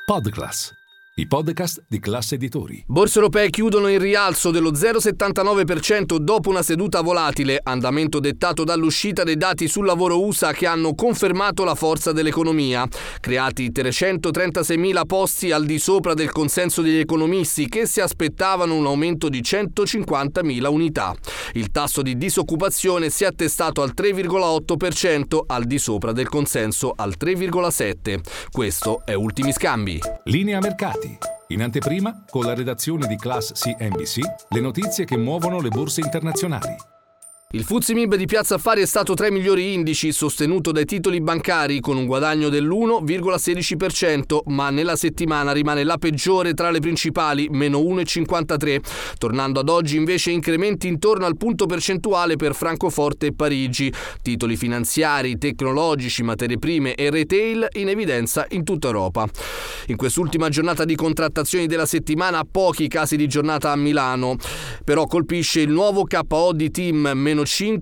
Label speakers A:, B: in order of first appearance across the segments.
A: Podclass, i podcast di Class Editori.
B: Borse europee chiudono in rialzo dello 0,79% dopo una seduta volatile, andamento dettato dall'uscita dei dati sul lavoro USA che hanno confermato la forza dell'economia. Creati 336.000 posti al di sopra del consenso degli economisti che si aspettavano un aumento di 150.000 unità. Il tasso di disoccupazione si è attestato al 3,8%, al di sopra del consenso al 3,7%. Questo è Ultimi Scambi.
A: Linea mercati. In anteprima, con la redazione di Class CNBC, le notizie che muovono le borse internazionali.
B: Il FTSE MIB di Piazza Affari è stato tra i migliori indici, sostenuto dai titoli bancari con un guadagno dell'1,16%, ma nella settimana rimane la peggiore tra le principali, meno 1,53%, tornando ad oggi invece incrementi intorno al punto percentuale per Francoforte e Parigi. Titoli finanziari, tecnologici, materie prime e retail in evidenza in tutta Europa. In quest'ultima giornata di contrattazioni della settimana, pochi casi di giornata a Milano, però colpisce il nuovo KO di TIM, meno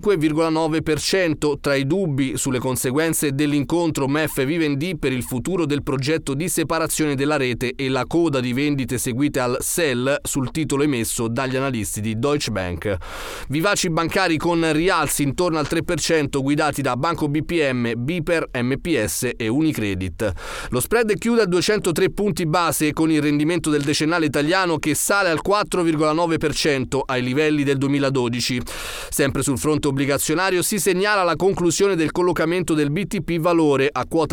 B: 5,9%, tra i dubbi sulle conseguenze dell'incontro MEF-Vivendi per il futuro del progetto di separazione della rete e la coda di vendite seguite al sell sul titolo emesso dagli analisti di Deutsche Bank. Vivaci bancari con rialzi intorno al 3% guidati da Banco BPM, BPER, MPS e Unicredit. Lo spread chiude a 203 punti base con il rendimento del decennale italiano che sale al 4,9% ai livelli del 2012. Sempre sul fronte obbligazionario si segnala la conclusione del collocamento del BTP Valore a quota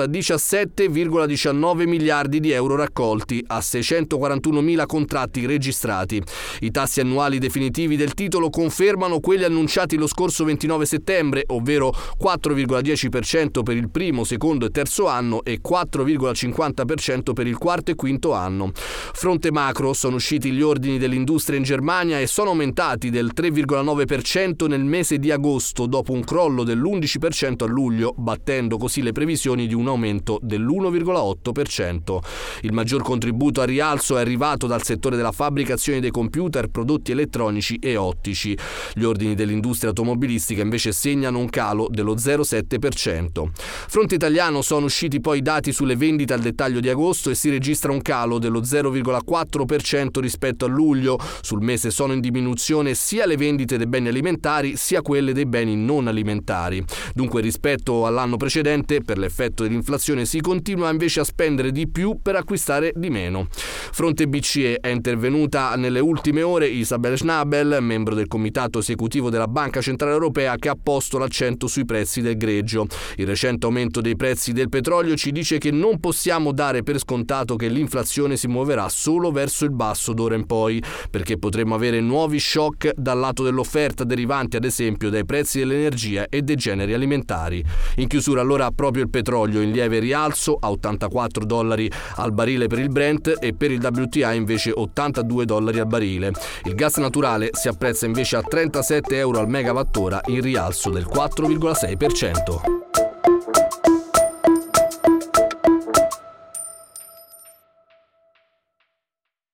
B: 17,19 miliardi di euro raccolti a 641.000 contratti registrati. I tassi annuali definitivi del titolo confermano quelli annunciati lo scorso 29 settembre, ovvero 4,10% per il primo, secondo e terzo anno e 4,50% per il quarto e quinto anno. Fronte macro, sono usciti gli ordini dell'industria in Germania e sono aumentati del 3,9% nel mese di agosto dopo un crollo dell'11% a luglio, battendo così le previsioni di un aumento dell'1,8%. Il maggior contributo al rialzo è arrivato dal settore della fabbricazione dei computer, prodotti elettronici e ottici. Gli ordini dell'industria automobilistica invece segnano un calo dello 0,7%. Fronte italiano, sono usciti poi i dati sulle vendite al dettaglio di agosto e si registra un calo dello 0,4% rispetto a luglio. Sul mese sono in diminuzione sia le vendite dei beni alimentari sia quelle dei beni non alimentari. Dunque, rispetto all'anno precedente, per l'effetto dell'inflazione si continua invece a spendere di più per acquistare di meno. Fronte BCE, è intervenuta nelle ultime ore Isabel Schnabel, membro del comitato esecutivo della Banca Centrale Europea, che ha posto l'accento sui prezzi del greggio. Il recente aumento dei prezzi del petrolio ci dice che non possiamo dare per scontato che l'inflazione si muoverà solo verso il basso d'ora in poi, perché potremmo avere nuovi shock dal lato dell'offerta derivanti ad esempio dai prezzi dell'energia e dei generi alimentari. In chiusura allora proprio il petrolio in lieve rialzo a $84 al barile per il Brent e per il WTI invece $82 al barile. Il gas naturale si apprezza invece a €37 al megawattora, in rialzo del 4,6%.